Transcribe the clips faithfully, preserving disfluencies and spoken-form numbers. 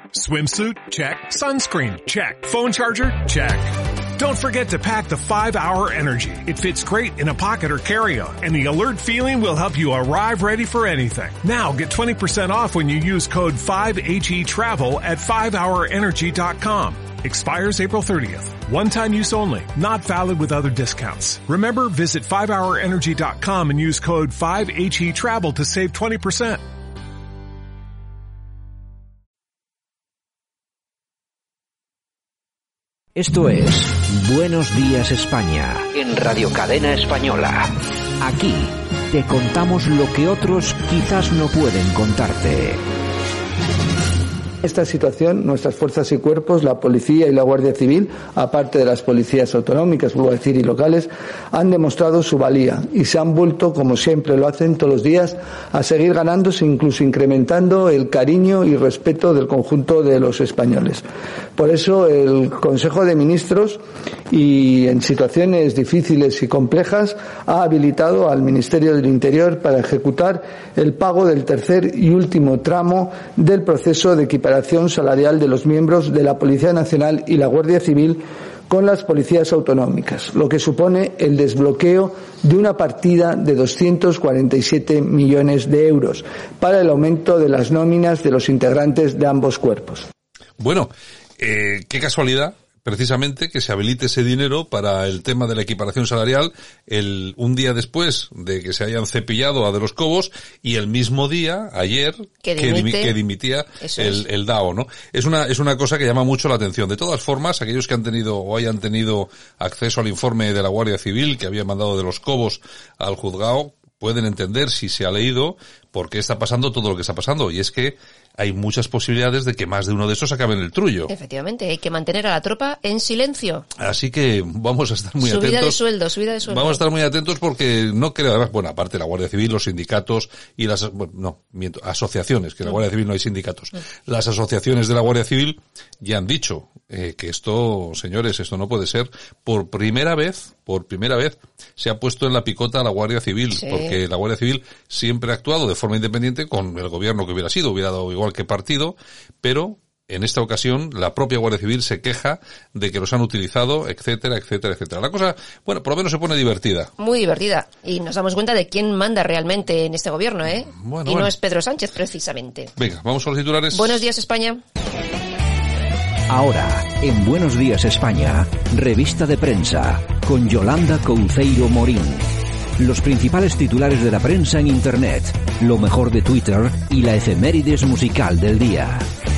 Swimsuit? Check. Sunscreen? Check. Phone charger? Check. Don't forget to pack the five hour Energy. It fits great in a pocket or carry-on, and the alert feeling will help you arrive ready for anything. Now get twenty percent off when you use code five H E travel at five hour energy dot com. Expires April thirtieth. One-time use only. Not valid with other discounts. Remember, visit five hour energy dot com and use code five H E travel to save twenty percent. Esto es Buenos Días España, en Radio Cadena Española. Aquí te contamos lo que otros quizás no pueden contarte. Esta situación, nuestras fuerzas y cuerpos, la policía y la Guardia Civil, aparte de las policías autonómicas, vuelvo a decir, y locales, han demostrado su valía y se han vuelto, como siempre lo hacen todos los días, a seguir ganándose, incluso incrementando el cariño y respeto del conjunto de los españoles. Por eso el Consejo de Ministros, y en situaciones difíciles y complejas, ha habilitado al Ministerio del Interior para ejecutar el pago del tercer y último tramo del proceso de equiparación salarial de los miembros de la Policía Nacional y la Guardia Civil con las policías autonómicas, lo que supone el desbloqueo de una partida de doscientos cuarenta y siete millones de euros para el aumento de las nóminas de los integrantes de ambos cuerpos. Bueno, eh, qué casualidad, precisamente, que se habilite ese dinero para el tema de la equiparación salarial el un día después de que se hayan cepillado a De los Cobos y el mismo día, ayer, que, que, dimite, que dimitía el, el D A O, ¿no? Es una, es una cosa que llama mucho la atención. De todas formas, aquellos que han tenido o hayan tenido acceso al informe de la Guardia Civil que había mandado De los Cobos al juzgado, pueden entender, si se ha leído, por qué está pasando todo lo que está pasando. Y es que hay muchas posibilidades de que más de uno de esos acabe en el trullo. Efectivamente, hay que mantener a la tropa en silencio. Así que vamos a estar muy subida atentos. Subida de sueldo, subida de sueldo. Vamos a estar muy atentos porque no creo, además, bueno, aparte de la Guardia Civil, los sindicatos y las, bueno, no, miento, asociaciones, que en la Guardia Civil no hay sindicatos. Las asociaciones de la Guardia Civil ya han dicho eh, que esto, señores, esto no puede ser. Por primera vez, por primera vez, se ha puesto en la picota a la Guardia Civil, sí. Porque la Guardia Civil siempre ha actuado de forma independiente con el gobierno que hubiera sido, hubiera dado igual que partido, pero en esta ocasión la propia Guardia Civil se queja de que los han utilizado, etcétera, etcétera, etcétera. La cosa, bueno, por lo menos se pone divertida. Muy divertida. Y nos damos cuenta de quién manda realmente en este gobierno, ¿eh? Bueno, y bueno. no es Pedro Sánchez, precisamente. Venga, vamos a los titulares. Buenos días, España. Ahora, en Buenos Días España, revista de prensa, con Yolanda Couceiro Morín. Los principales titulares de la prensa en Internet, lo mejor de Twitter y la efemérides musical del día.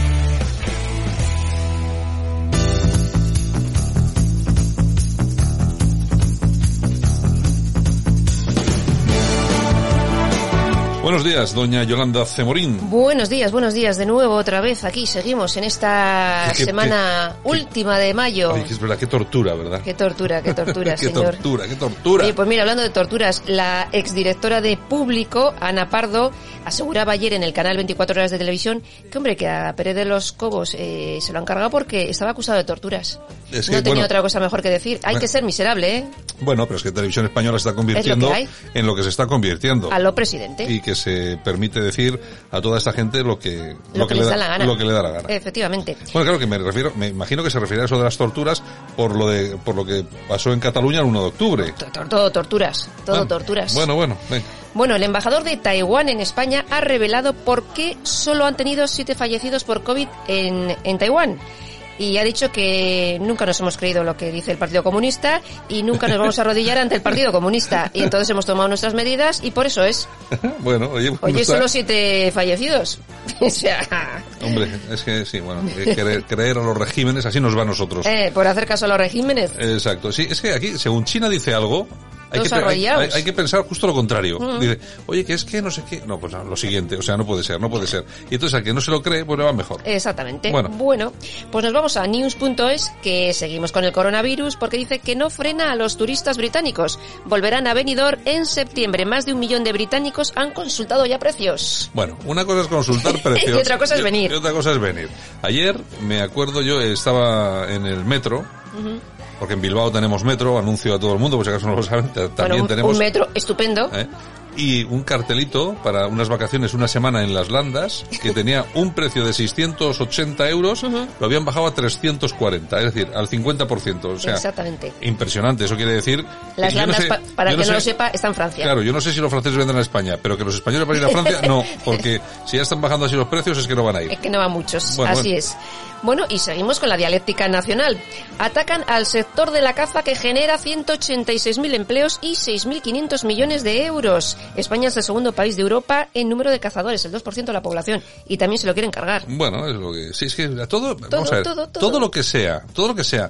Buenos días, doña Yolanda Cemorín. Buenos días, buenos días. De nuevo, otra vez aquí seguimos en esta ¿Qué, semana qué, última de mayo. Ay, que es verdad, qué tortura, ¿verdad? Qué tortura, qué tortura, qué señor. Qué tortura, qué tortura. Oye, pues mira, hablando de torturas, la exdirectora de Público, Ana Pardo, aseguraba ayer en el canal veinticuatro horas de televisión que, hombre, que a Pérez de los Cobos eh, se lo han cargado porque estaba acusado de torturas. Es que, no tenía bueno, otra cosa mejor que decir. Hay bueno, que ser miserable, ¿eh? Bueno, pero es que Televisión Española se está convirtiendo lo en lo que se está convirtiendo. A lo presidente. Y que se permite decir a toda esta gente lo que lo, lo que, que les le da la gana. Lo que le da la gana. Efectivamente. Bueno, claro que me refiero, me imagino que se refiere a eso de las torturas por lo de por lo que pasó en Cataluña el uno de octubre. Todo torturas, todo bueno, torturas. Bueno, bueno, venga. Bueno, el embajador de Taiwán en España ha revelado por qué solo han tenido siete fallecidos por COVID en, en Taiwán. Y ha dicho que nunca nos hemos creído lo que dice el Partido Comunista y nunca nos vamos a arrodillar ante el Partido Comunista. Y entonces hemos tomado nuestras medidas y por eso es. Bueno, oye, pues oye, está... solo siete fallecidos. O sea... Hombre, es que sí, bueno, creer, creer a los regímenes, así nos va a nosotros. Eh, por hacer caso a los regímenes. Exacto, sí, es que aquí, según China dice algo... Hay que, hay, hay, hay que pensar justo lo contrario. Mm. Dice, oye, que es que no sé qué. No, pues no, lo siguiente, o sea, no puede ser, no puede ser. Y entonces al que no se lo cree, pues le va mejor. Exactamente. Bueno, bueno pues nos vamos a news punto es, que seguimos con el coronavirus, porque dice que no frena a los turistas británicos. Volverán a Benidorm en septiembre. Más de un millón de británicos han consultado ya precios. Bueno, una cosa es consultar precios. Y otra cosa es venir. Y, y otra cosa es venir. Ayer, me acuerdo, yo estaba en el metro. Uh-huh. Porque en Bilbao tenemos metro, anuncio a todo el mundo, por si acaso no lo saben, también bueno, un, tenemos... un metro estupendo. ¿eh? y un cartelito para unas vacaciones una semana en las Landas que tenía un precio de seiscientos ochenta euros, uh-huh. lo habían bajado a trescientos cuarenta, es decir, al cincuenta por ciento. O sea, exactamente. Impresionante, eso quiere decir... Las Landas, no sé, pa- para que no, no sé, lo sepa, está en Francia. Claro, yo no sé si los franceses venden a España, pero que los españoles van a ir a Francia, no, porque si ya están bajando así los precios es que no van a ir. Es que no van muchos, bueno, así bueno. es. Bueno, y seguimos con la dialéctica nacional. Atacan al sector de la caza que genera ciento ochenta y seis mil empleos y seis mil quinientos millones de euros. España es el segundo país de Europa en número de cazadores, el dos por ciento de la población, y también se lo quieren cargar. Bueno, es lo que... Sí, es que todo... Todo, vamos a ver, todo, todo. todo lo que sea, todo lo que sea,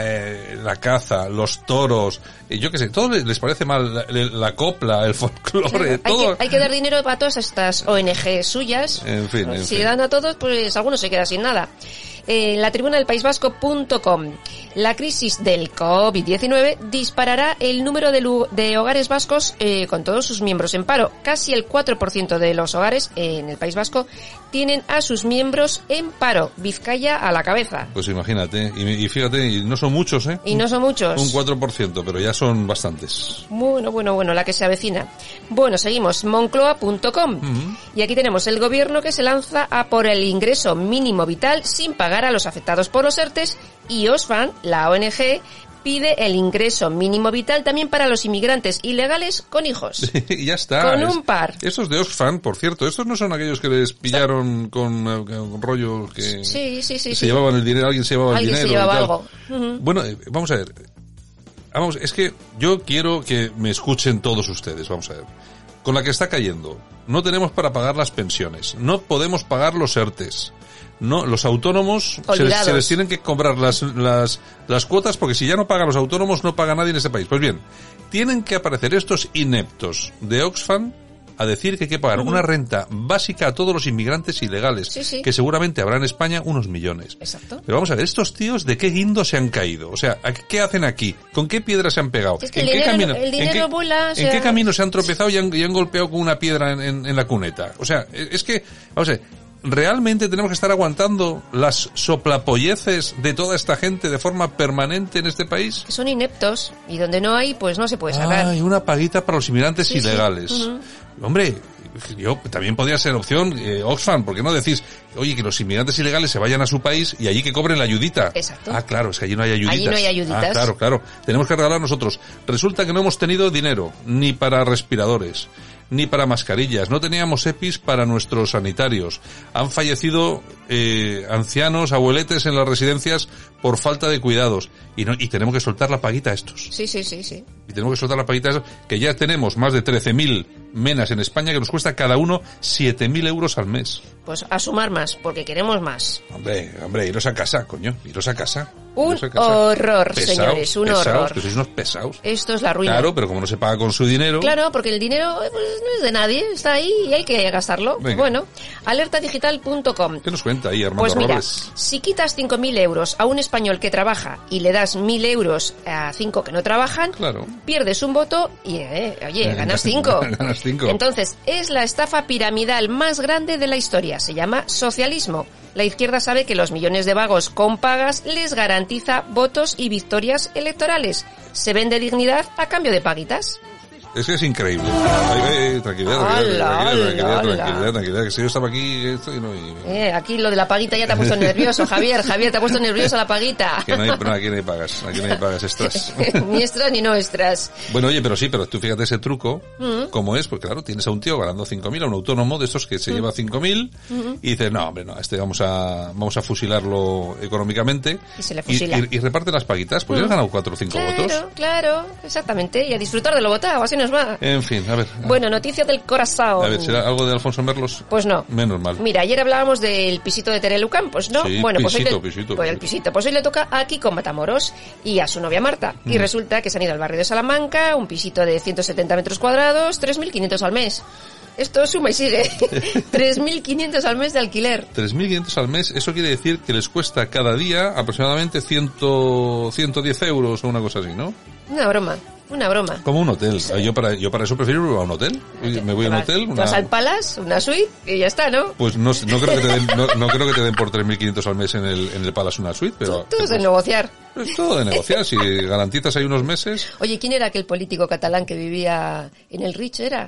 eh, la caza, los toros, eh, yo qué sé, todo les, les parece mal, la, la copla, el folclore, Claro, todo... Hay que, hay que dar dinero para todas estas O N G suyas. En fin, en si fin. dan a todos, pues algunos se quedan sin nada. Eh, la tribuna del país vasco punto com. La crisis del covid diecinueve disparará el número de, lu- de hogares vascos eh, con todos sus miembros en paro. Casi el cuatro por ciento de los hogares eh, en el País Vasco tienen a sus miembros en paro. Vizcaya a la cabeza. Pues imagínate, y, y fíjate, y no son muchos, ¿eh? Y no son muchos. Un cuatro por ciento, pero ya son bastantes. Bueno, bueno, bueno, la que se avecina. Bueno, seguimos, moncloa punto com. Uh-huh. Y aquí tenemos el gobierno que se lanza a por el ingreso mínimo vital sin pagar a los afectados por los ERTES, y Oxfam, la O N G, pide el ingreso mínimo vital también para los inmigrantes ilegales con hijos. Y ya está. Con es, un par. Estos de Oxfam, por cierto, estos no son aquellos que les pillaron con, uh, con rollos que Sí, sí, sí. se sí. llevaban el dinero, alguien se llevaba Alguien el se dinero. llevaba y tal. algo. Uh-huh. Bueno, eh, vamos a ver. Vamos, es que yo quiero que me escuchen todos ustedes, vamos a ver. Con la que está cayendo, no tenemos para pagar las pensiones, no podemos pagar los ERTES. No, los autónomos se les, se les tienen que cobrar las, las, las cuotas, porque si ya no pagan los autónomos, no paga nadie en este país. Pues bien, tienen que aparecer estos ineptos de Oxfam a decir que hay que pagar uh-huh. una renta básica a todos los inmigrantes ilegales, sí, sí. que seguramente habrá en España unos millones. Exacto. Pero vamos a ver, estos tíos, ¿de qué guindo se han caído? O sea, ¿qué hacen aquí? ¿Con qué piedra se han pegado? Es que ¿En el qué dinero, camino, el dinero ¿en qué, vuela, o sea... ¿en qué camino se han tropezado y han, y han golpeado con una piedra en, en, en la cuneta? O sea, es que, vamos a ver, ¿realmente tenemos que estar aguantando las soplapolleces de toda esta gente de forma permanente en este país? Que son ineptos, y donde no hay, pues no se puede sacar. Ay, una paguita para los inmigrantes sí, ilegales. Sí. Uh-huh. Hombre, yo también podría ser opción eh, Oxfam, ¿por qué no decís, oye, que los inmigrantes ilegales se vayan a su país y allí que cobren la ayudita? Exacto. Ah, claro, es que allí no hay ayuditas. Allí no hay ayuditas. Ah, claro, claro. Tenemos que regalar nosotros. Resulta que no hemos tenido dinero ni para respiradores, ni para mascarillas, no teníamos EPIs para nuestros sanitarios. Han fallecido eh, ancianos, abueletes en las residencias por falta de cuidados. Y, no, y tenemos que soltar la paguita a estos. Sí, sí, sí, sí. Y tenemos que soltar la paguita a estos, que ya tenemos más de trece mil menas en España, que nos cuesta cada uno siete mil euros al mes. Pues a sumar más, porque queremos más. Hombre, hombre, iros a casa, coño, iros a casa. Un a casa. horror, pesaos, señores, un pesaos, horror. Que sois unos pesados. Esto es la ruina. Claro, pero como no se paga con su dinero... Claro, porque el dinero pues, no es de nadie, está ahí y hay que gastarlo. Venga. Bueno, alerta digital punto com. ¿Qué nos cuenta ahí, Armando Pues mira, Robles? si quitas cinco mil euros a un español que trabaja y le das mil euros a cinco que no trabajan, claro. pierdes un voto y, eh, oye, ganas cinco. ganas cinco. Entonces, es la estafa piramidal más grande de la historia. Se llama socialismo. La izquierda sabe que los millones de vagos con pagas les garantiza votos y victorias electorales. Se vende dignidad a cambio de paguitas. Es que es increíble. Ay, ay, tranquilidad, tranquilidad, Hola, tranquilidad, hola, tranquilidad, hola. tranquilidad, tranquilidad, que si yo estaba aquí, esto y no... Y... Eh, aquí lo de la paguita ya te ha puesto nervioso, Javier. Javier, te ha puesto nervioso la paguita. Que no hay, no, aquí no hay pagas, aquí no hay pagas extras. Ni extras ni no extras. Bueno, oye, pero sí, pero tú fíjate ese truco, Mm. cómo es, porque claro, tienes a un tío ganando cinco mil, a un autónomo de estos que se Mm. lleva cinco mil, Mm-hmm. y dices, no, hombre, no, a este vamos a, vamos a fusilarlo económicamente. Y se le fusila. Y, y, y reparte las paguitas, pues Mm. ya has ganado cuatro o cinco Claro, votos. claro, exactamente. Y a disfrutar de lo votado, así nos va. En fin, a ver. Bueno, noticia del corazón. A ver, ¿será algo de Alfonso Merlos? Pues no. Menos mal. Mira, ayer hablábamos del pisito de Terelu Campos, ¿no? Sí, bueno, pues pisito, hoy le, pisito, pues el pisito. pisito. Pues hoy le toca a Kiko Matamoros y a su novia Marta. Y Mm. resulta que se han ido al barrio de Salamanca, un pisito de ciento setenta metros cuadrados, tres mil quinientos al mes. Esto suma y sigue. tres mil quinientos al mes de alquiler. tres mil quinientos al mes, eso quiere decir que les cuesta cada día aproximadamente cien, ciento diez euros o una cosa así, ¿no? Una broma, una broma. Como un hotel. Yo para yo para eso prefiero ir a un hotel. Me voy a un Te vas- hotel. te Una... vas al Palace, una suite y ya está, ¿no? Pues no, sé, no creo que te den, no, no creo que te den por tres mil quinientos al mes en el, en el Palace una suite, pero... Todo es de negociar. Es todo de negociar. Si garantizas ahí unos meses... Oye, ¿quién era aquel político catalán que vivía en el Rich, era?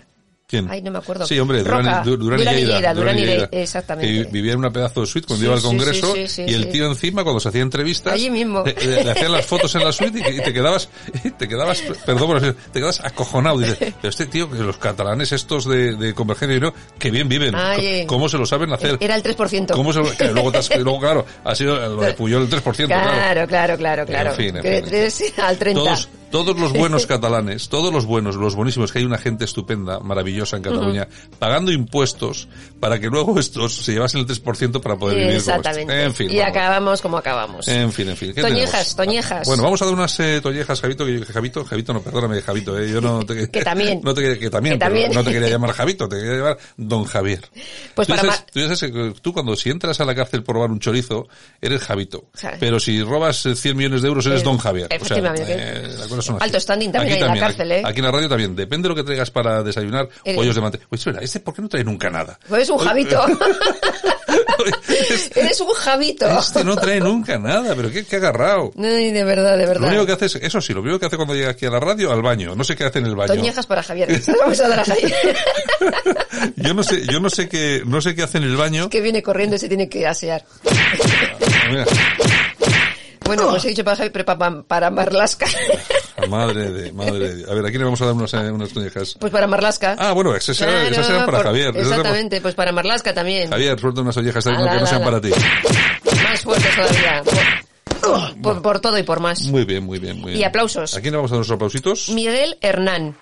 ¿Quién? Ay, no me acuerdo. Sí, hombre, Roca. Durán, Durán, Durán y Lleida. Lleida, Durán y Lleida. Lleida, exactamente. Que vivía en una pedazo de suite cuando Sí, iba al sí, congreso sí, sí, sí, y el sí. tío encima, cuando se hacía entrevistas, Allí mismo. Le, le- le hacían las fotos en la suite y, y te quedabas, te quedabas, perdón, por decir, te quedabas acojonado. Dices, pero este tío, que los catalanes estos de, de Convergencia y Unión, que bien viven. Ay, ¿Cómo se lo saben hacer? Era el tres por ciento. ¿Cómo se lo, que luego, te has- luego, claro, ha sido lo de Puyol el tres por ciento, claro. Claro, claro, claro, claro. En fin, en Que de fin. tres al treinta. Todos, todos los buenos catalanes, todos los buenos, los buenísimos, que hay una gente estupenda, maravillosa en Cataluña, uh-huh. pagando impuestos para que luego estos se llevasen el tres por ciento para poder vivir. Exactamente. En fin. Y vamos. acabamos como acabamos. En fin, en fin. ¿Qué Toñejas, tenemos? toñejas. Bueno, vamos a dar unas eh, toñejas, Javito, que Javito, Javito, no, perdóname, Javito, eh, yo no te Que también. No te, que también, Que pero también. no te quería llamar Javito, te quería llamar Don Javier. Pues tú para sabes, ma- tú, ya sabes que tú cuando si entras a la cárcel por robar un chorizo, eres Javito. ¿Sabes? Pero si robas eh, cien millones de euros, eres Eh, Don Javier. efectivamente. O sea, eh, las cosas son así. Alto standing también Aquí hay en la cárcel, ¿eh? Aquí en la radio también. Depende de lo que traigas para desayunar, Eres- pollos de manteca. Oye, espera, ¿este por qué no trae nunca nada? Pues un Oye, Javito. este, Eres un Javito. este no trae nunca nada, pero qué, qué agarrado. Ay, de verdad, de verdad. Lo único que hace es, eso sí, lo primero que hace cuando llega aquí a la radio, al baño. No sé qué hace en el baño. Toñejas para Javier. Se lo vamos a dar a Javier. yo no sé, yo no sé qué, no sé qué hace en el baño. Que viene corriendo y se tiene que asear. Mira, Bueno, pues he dicho para Javier, pero para, para Marlaska. madre de, madre de. A ver, aquí le vamos a dar unas, eh, unas toñejas. Pues para Marlaska. Ah, bueno, esas serán, Claro, esas serán para por- Javier. Esas serán Exactamente, pues para Marlaska también. para- Javier, suelta unas orejas Ala, que no ala, sean ala. para ti. Más fuertes todavía. Por, por, por todo y por más. Muy bien, muy bien, muy bien. Y aplausos. ¿A quién le vamos a dar unos aplausitos? Miguel Hernán.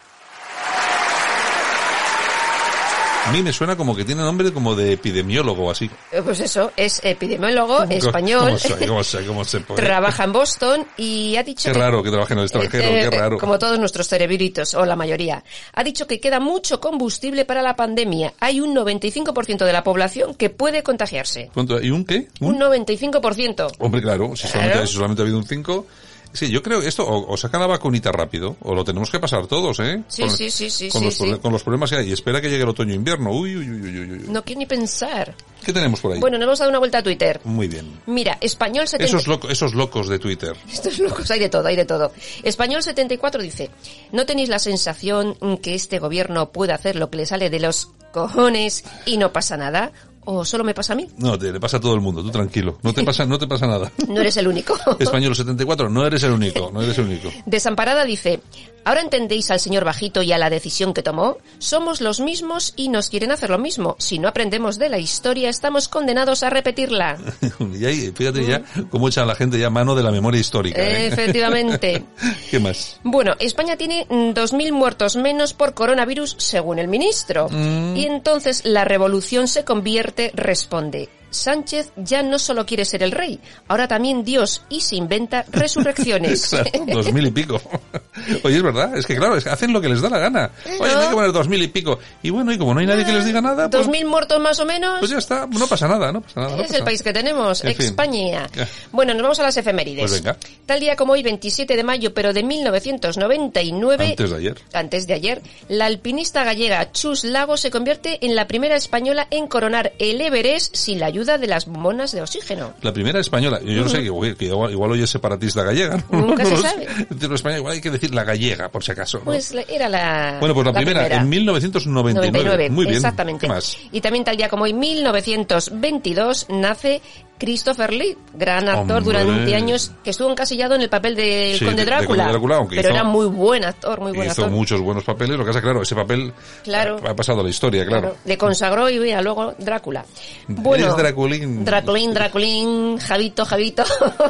A mí me suena como que tiene nombre como de epidemiólogo o así. Eh, Pues eso, es epidemiólogo español. ¿Cómo se, cómo se, cómo se puede? Trabaja en Boston y ha dicho Qué que, raro que trabaje en el extranjero, eh, qué raro. como todos nuestros cerebritos, o la mayoría. Ha dicho que queda mucho combustible para la pandemia. Hay un noventa y cinco por ciento de la población que puede contagiarse. ¿Cuánto? ¿Y un qué? Un noventa y cinco por ciento. Hombre, claro, si solamente, Claro. si solamente ha habido un cinco. Sí, yo creo que esto, o, o sacan la vacunita rápido, o lo tenemos que pasar todos, ¿eh? Sí, con, sí, sí, sí, con, sí, los, sí. prole- con los problemas que hay. Y espera que llegue el otoño-invierno. Uy, uy, uy, uy, uy, uy. No quiero ni pensar. ¿Qué tenemos por ahí? Bueno, nos vamos a dar una vuelta a Twitter. Muy bien. Mira, Español setenta... Esos, loco- esos locos de Twitter. Estos locos, hay de todo, hay de todo. Español setenta y cuatro dice, ¿no tenéis la sensación que este gobierno puede hacer lo que le sale de los cojones y no pasa nada? ¿O solo me pasa a mí? No, te le pasa a todo el mundo, tú tranquilo. No te pasa, no te pasa nada. No eres el único. Español setenta y cuatro, no eres el único, no eres el único. Desamparada dice, ¿ahora entendéis al señor Bajito y a la decisión que tomó? Somos los mismos y nos quieren hacer lo mismo. Si no aprendemos de la historia, estamos condenados a repetirla. Y ahí, fíjate ya cómo echa la gente ya mano de la memoria histórica. ¿eh? Efectivamente. ¿Qué más? Bueno, España tiene mm, dos mil muertos menos por coronavirus, según el ministro. Mm. Y entonces la revolución se convierte, responde. Sánchez ya no solo quiere ser el rey, ahora también Dios, y se inventa resurrecciones. Claro, dos mil y pico. Oye, es verdad, es que claro, es que hacen lo que les da la gana. Oye, no hay que poner dos mil y pico. Y bueno, y como no hay nadie que les diga nada, pues, Dos mil muertos más o menos. pues ya está, no pasa nada, no pasa nada. no Es pasa el país que tenemos, En fin. España. Ya. Bueno, nos vamos a las efemérides. Pues venga. Tal día como hoy, veintisiete de mayo, pero de mil novecientos noventa y nueve... Antes de ayer. Antes de ayer, la alpinista gallega Chus Lago se convierte en la primera española en coronar el Everest sin la ayuda de las bombonas de oxígeno. La primera española. Yo no sé, que, que igual, igual hoy es separatista gallega. ¿no? Nunca No se lo sé. sabe. Entre los españoles igual hay que decir la gallega, por si acaso. ¿no? Pues la- era la... Bueno, pues la, primera, en mil novecientos noventa y nueve. noventa y nueve, Muy bien. exactamente. ¿Qué más? Y también tal día como hoy, mil novecientos veintidós, nace Christopher Lee, gran actor Hombre. durante años, que estuvo encasillado en el papel del Sí, Conde de- de Drácula. Conde Drácula, aunque pero hizo- era muy buen actor, muy buen Hizo actor. muchos buenos papeles. Lo que pasa, claro, ese papel Claro. ha, ha pasado a la historia, claro. Claro, le consagró y mira, luego Drácula. Bueno, Eres Draculín. Draculín, Draculín, Javito, Javito.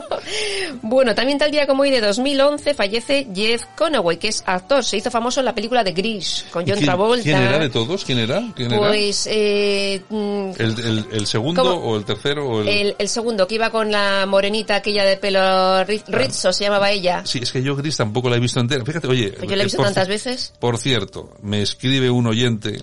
Bueno, también tal día como hoy de dos mil once fallece Jeff Conaway, que es actor. Se hizo famoso en la película de Grease, con John ¿Quién, Travolta. ¿Quién era de todos? ¿Quién era? ¿Quién Pues, eh, mm, era? ¿El, el, el segundo ¿Cómo? o el tercero? O el... el, el segundo, que iba con la morenita aquella de pelo ri- rizzo, se llamaba ella. Sí, es que yo Gris tampoco la he visto entera. Fíjate, oye... Pues yo la he eh, visto por tantas ci- veces. Por cierto, me escribe un oyente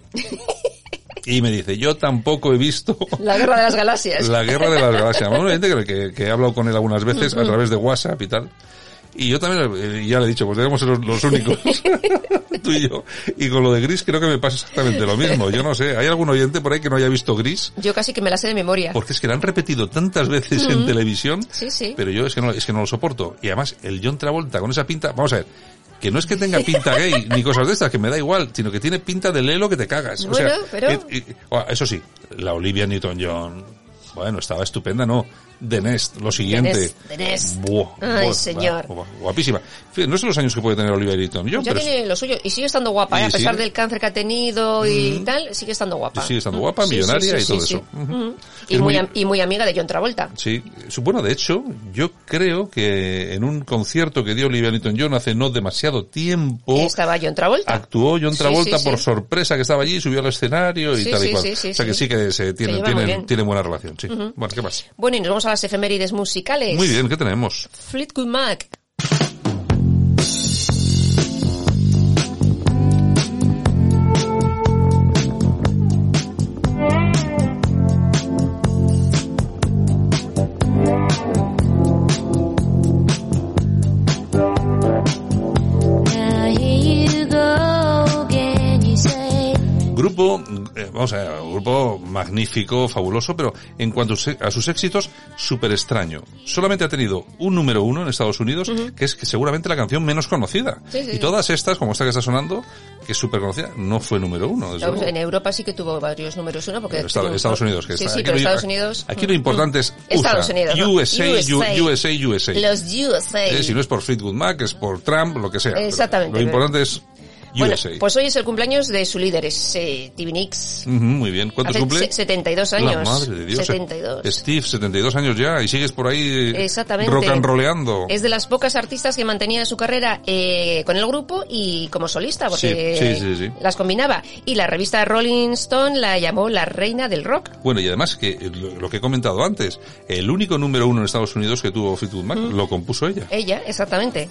y me dice, yo tampoco he visto... La Guerra de las Galaxias. La Guerra de las Galaxias. Un oyente que, que, que he hablado con él algunas veces a través de WhatsApp y tal. Y yo también, eh, ya le he dicho, pues debemos ser los, los únicos, tú y yo. Y con lo de Gris creo que me pasa exactamente lo mismo. Yo no sé, ¿hay algún oyente por ahí que no haya visto Gris? Yo casi que me la sé de memoria. Porque es que la han repetido tantas veces en televisión. Sí, sí. Pero yo es que no, es que no lo soporto. Y además, el John Travolta con esa pinta, vamos a ver, que no es que tenga pinta gay ni cosas de estas, que me da igual, sino que tiene pinta de lelo que te cagas. Bueno, o sea, pero... eh, eh, eso sí, la Olivia Newton-John, bueno, estaba estupenda, ¿no? The Nest, lo siguiente. The Nest, The Nest. Buah, Ay, buah, señor. Buah, guapísima. Fíjate, no sé los años que puede tener Olivia Newton-John, Ya pero tiene lo suyo y sigue estando guapa, ¿eh? A pesar sí. del cáncer que ha tenido y mm. tal, sigue estando guapa. Sigue estando guapa, sí, millonaria sí, sí, y todo sí, sí. eso. Uh-huh. Uh-huh. Y, muy, muy, y muy amiga de John Travolta. Sí. Bueno, de hecho, yo creo que en un concierto que dio Olivia Newton-John hace no demasiado tiempo... Estaba John Travolta. Actuó John Travolta sí, sí, por sí. sorpresa, que estaba allí, subió al escenario y sí, tal y sí, cual. Sí, sí, o sea que sí que se tienen, se tienen, tienen buena relación, sí. Uh-huh. Bueno, ¿qué más? Bueno, y nos vamos a las efemérides musicales. Muy bien, ¿qué tenemos? Fleetwood Mac. Grupo, eh, vamos a ver, un grupo magnífico, fabuloso, pero en cuanto a sus éxitos, súper extraño. Solamente ha tenido un número uno en Estados Unidos, uh-huh. que es que seguramente la canción menos conocida. Sí, sí, y todas estas, como esta que está sonando, que es súper conocida, no fue número uno. No, en Europa sí que tuvo varios números uno, porque... Pero Estados, Estados Unidos, que sí, está. Sí, aquí pero lo, Estados Unidos... Aquí lo importante es U S A. Estados Unidos, U S A, U S A. U S A, U S A. Los U S A. Eh, si no es por Fleetwood Mac, es por Trump, lo que sea. Exactamente. Lo importante es... Bueno, U S A. pues hoy es el cumpleaños de su líder, es eh, Stevie Nicks. Uh-huh, muy bien. ¿Cuántos Hace cumple? setenta y dos años. La madre de Dios. setenta y dos. Steve, setenta y dos años ya, y sigues por ahí Exactamente. rock and roleando. Es de las pocas artistas que mantenía su carrera eh, con el grupo y como solista, porque sí, sí, sí, sí. las combinaba. Y la revista Rolling Stone la llamó la reina del rock. Bueno, y además, que lo que he comentado antes, el único número uno en Estados Unidos que tuvo Fleetwood Mac, mm. lo compuso ella. Ella, exactamente.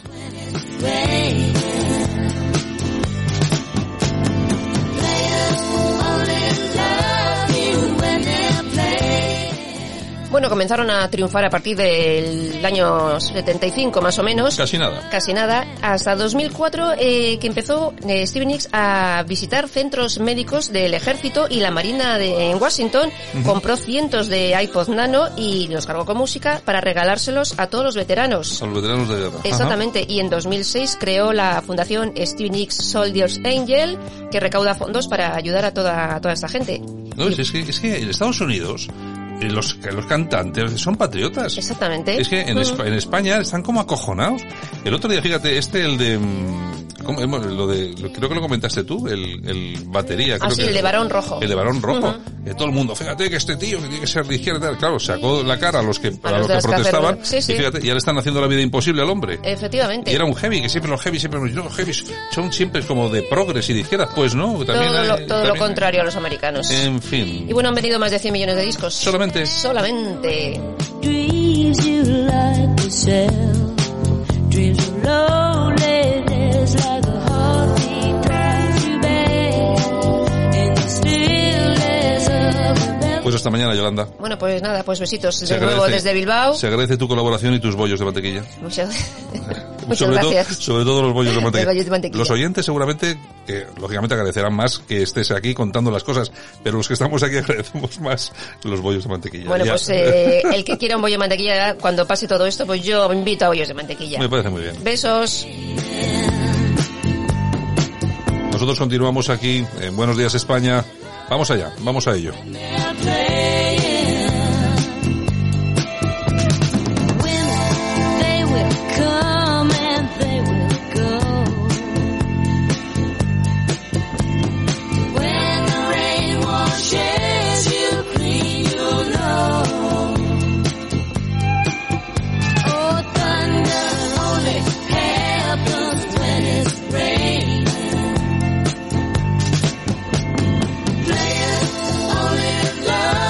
Bueno, comenzaron a triunfar a partir del año setenta y cinco, más o menos. Casi nada. Casi nada. Hasta dos mil cuatro, eh, que empezó eh, Stevie Nicks a visitar centros médicos del ejército y la marina de, en Washington. Uh-huh. Compró cientos de iPod Nano y los cargó con música para regalárselos a todos los veteranos. A los veteranos de guerra. Exactamente. Ajá. Y en dos mil seis creó la fundación Stevie Nicks Soldiers Angel, que recauda fondos para ayudar a toda, a toda esta gente. No, es, es, que, es que en Estados Unidos... Los, los cantantes son patriotas. Exactamente. Es que en, uh-huh. en España están como acojonados. El otro día, fíjate, este, el de... ¿cómo? Lo de lo, creo que lo comentaste tú, el, el batería. Creo ah, sí, que, el de Barón Rojo. El de Barón Rojo. Uh-huh. Que todo el mundo, fíjate que este tío que tiene que ser de izquierda, claro, sacó la cara a los que, a a los, los que protestaban. Sí, sí. Y fíjate, ya le están haciendo la vida imposible al hombre. Efectivamente. Y era un heavy, que siempre los heavy, siempre los, los heavy son siempre como de progres y de izquierda. Pues no, también todo, hay, lo, todo también lo contrario a los americanos. En fin. Y bueno, han vendido más de cien millones de discos. Solamente. Solamente. Dreams you like to sell. Dreams of loneliness like a heartbeat drives you back. In the stillness of a bell. Pues hasta mañana, Yolanda. Bueno, pues nada, pues besitos de se nuevo agradece, desde Bilbao. Se agradece tu colaboración y tus bollos de mantequilla. Muchas, muchas sobre gracias. Todo, sobre todo los bollos de mantequilla. bollos de mantequilla. Los oyentes seguramente, que lógicamente agradecerán más que estés aquí contando las cosas, pero los que estamos aquí agradecemos más los bollos de mantequilla. Bueno, ya. pues eh, el que quiera un bollo de mantequilla, cuando pase todo esto, pues yo invito a bollos de mantequilla. Me parece muy bien. Besos. Nosotros continuamos aquí en Buenos Días España. Vamos allá, vamos a ello. Love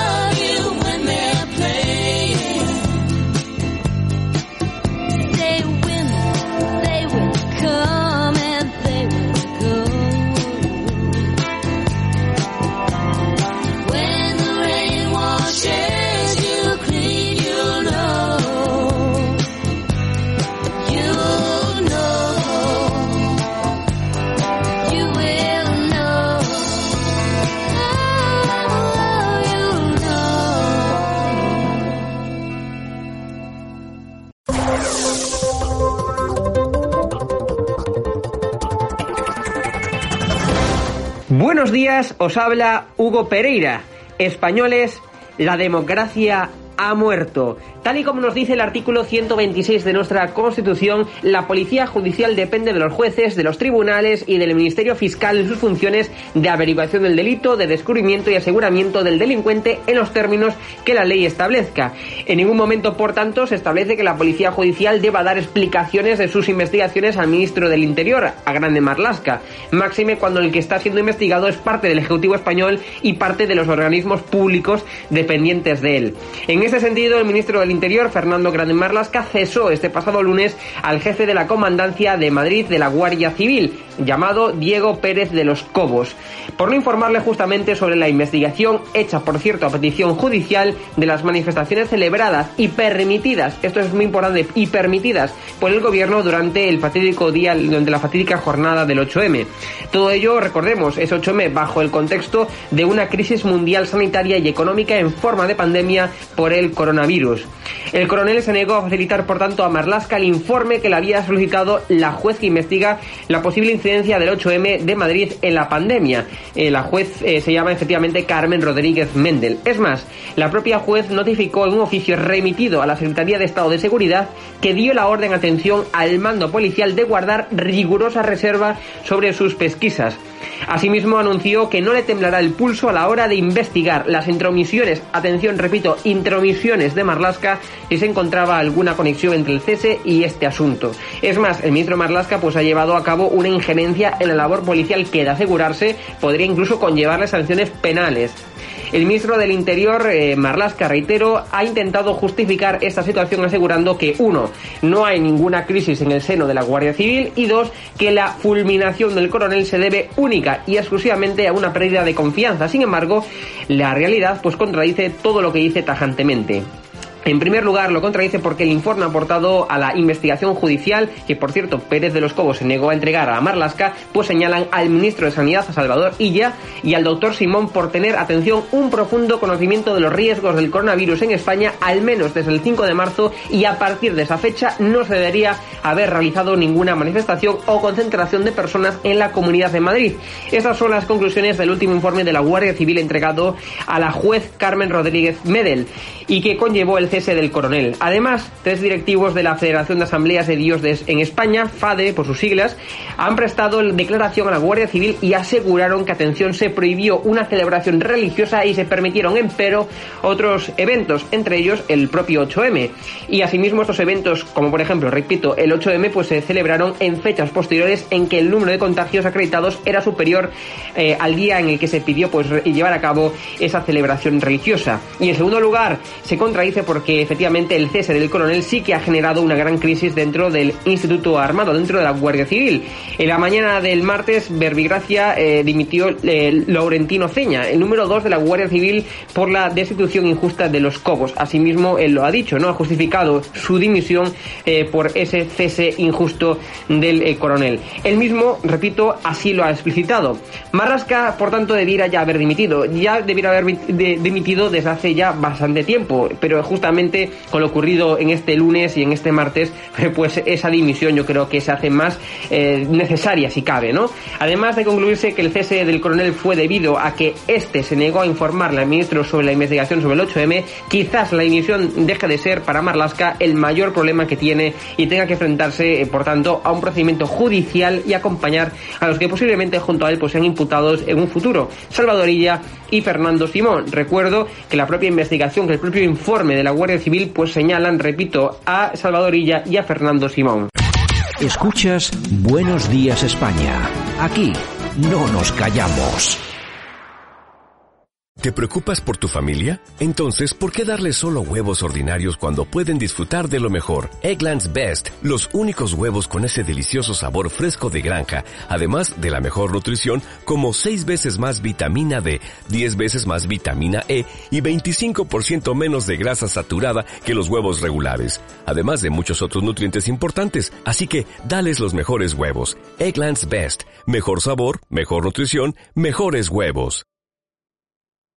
Buenos días, os habla Hugo Pereira. Españoles, la democracia ha muerto. Tal y como nos dice el artículo ciento veintiséis de nuestra Constitución, la Policía Judicial depende de los jueces, de los tribunales y del Ministerio Fiscal en sus funciones de averiguación del delito, de descubrimiento y aseguramiento del delincuente en los términos que la ley establezca. En ningún momento, por tanto, se establece que la Policía Judicial deba dar explicaciones de sus investigaciones al Ministro del Interior, a Grande Marlaska, máxime cuando el que está siendo investigado es parte del Ejecutivo español y parte de los organismos públicos dependientes de él. En este sentido, el Ministro del Interior, Fernando Grande Marlaska, cesó este pasado lunes al jefe de la Comandancia de Madrid de la Guardia Civil, llamado Diego Pérez de los Cobos, por no informarle justamente sobre la investigación hecha, por cierto, a petición judicial de las manifestaciones celebradas y permitidas, esto es muy importante, y permitidas por el gobierno durante el fatídico día, durante la fatídica jornada del ocho eme. Todo ello, recordemos, es ocho eme bajo el contexto de una crisis mundial sanitaria y económica en forma de pandemia por el coronavirus. El coronel se negó a facilitar, por tanto, a Marlaska el informe que le había solicitado la juez que investiga la posible incidencia del ocho eme de Madrid en la pandemia. Eh, la juez eh, se llama efectivamente Carmen Rodríguez Mendel. Es más, la propia juez notificó en un oficio remitido a la Secretaría de Estado de Seguridad que dio la orden, atención, al mando policial de guardar rigurosa reserva sobre sus pesquisas. Asimismo, anunció que no le temblará el pulso a la hora de investigar las intromisiones, atención, repito, intromisiones de Marlaska si se encontraba alguna conexión entre el cese y este asunto. Es más, el ministro Marlaska pues ha llevado a cabo una injerencia en la labor policial que, de asegurarse, podría incluso conllevarle sanciones penales. El ministro del Interior, eh, Marlaska, reitero, ha intentado justificar esta situación asegurando que, uno, no hay ninguna crisis en el seno de la Guardia Civil y, dos, que la fulminación del coronel se debe única y exclusivamente a una pérdida de confianza. Sin embargo, la realidad pues contradice todo lo que dice tajantemente. En primer lugar, lo contradice porque el informe aportado a la investigación judicial, que por cierto Pérez de los Cobos se negó a entregar a Marlaska, pues señalan al ministro de Sanidad, a Salvador Illa, y al doctor Simón por tener, atención, un profundo conocimiento de los riesgos del coronavirus en España, al menos desde el cinco de marzo, y a partir de esa fecha no se debería haber realizado ninguna manifestación o concentración de personas en la Comunidad de Madrid. Estas son las conclusiones del último informe de la Guardia Civil entregado a la juez Carmen Rodríguez Mendel, y que conllevó el cese del coronel. Además, tres directivos de la Federación de Asambleas de Dios de, en España, FADE por sus siglas, han prestado declaración a la Guardia Civil y aseguraron que, atención, se prohibió una celebración religiosa y se permitieron, empero, otros eventos, entre ellos el propio ocho eme. Y asimismo estos eventos, como por ejemplo, repito, el ocho eme, pues se celebraron en fechas posteriores en que el número de contagios acreditados era superior eh, al día en el que se pidió pues llevar a cabo esa celebración religiosa. Y en segundo lugar, se contradice porque efectivamente el cese del coronel sí que ha generado una gran crisis dentro del Instituto Armado, dentro de la Guardia Civil. En la mañana del martes, Verbigracia eh, dimitió eh, Laurentino Ceña, el número dos de la Guardia Civil, por la destitución injusta de los Cobos. Asimismo, él lo ha dicho, ¿no? Ha justificado su dimisión eh, por ese cese injusto del eh, coronel. Él mismo, repito, así lo ha explicitado. Marlaska, por tanto, debiera ya haber dimitido. Ya debiera haber de, dimitido desde hace ya bastante tiempo, pero justamente con lo ocurrido en este lunes y en este martes, pues esa dimisión yo creo que se hace más eh, necesaria si cabe, ¿no? Además de concluirse que el cese del coronel fue debido a que este se negó a informarle al ministro sobre la investigación sobre el ocho eme, quizás la dimisión deje de ser para Marlaska el mayor problema que tiene y tenga que enfrentarse, eh, por tanto, a un procedimiento judicial y acompañar a los que posiblemente junto a él pues sean imputados en un futuro, Salvador Illa y Fernando Simón. Recuerdo que la propia investigación, que el propio informe de la Guardia Civil pues señalan, repito, a Salvador Illa y a Fernando Simón. Escuchas Buenos Días España. Aquí no nos callamos. ¿Te preocupas por tu familia? Entonces, ¿por qué darles solo huevos ordinarios cuando pueden disfrutar de lo mejor? Eggland's Best, los únicos huevos con ese delicioso sabor fresco de granja, además de la mejor nutrición, como seis veces más vitamina D, diez veces más vitamina E y veinticinco por ciento menos de grasa saturada que los huevos regulares, además de muchos otros nutrientes importantes. Así que, dales los mejores huevos. Eggland's Best, mejor sabor, mejor nutrición, mejores huevos.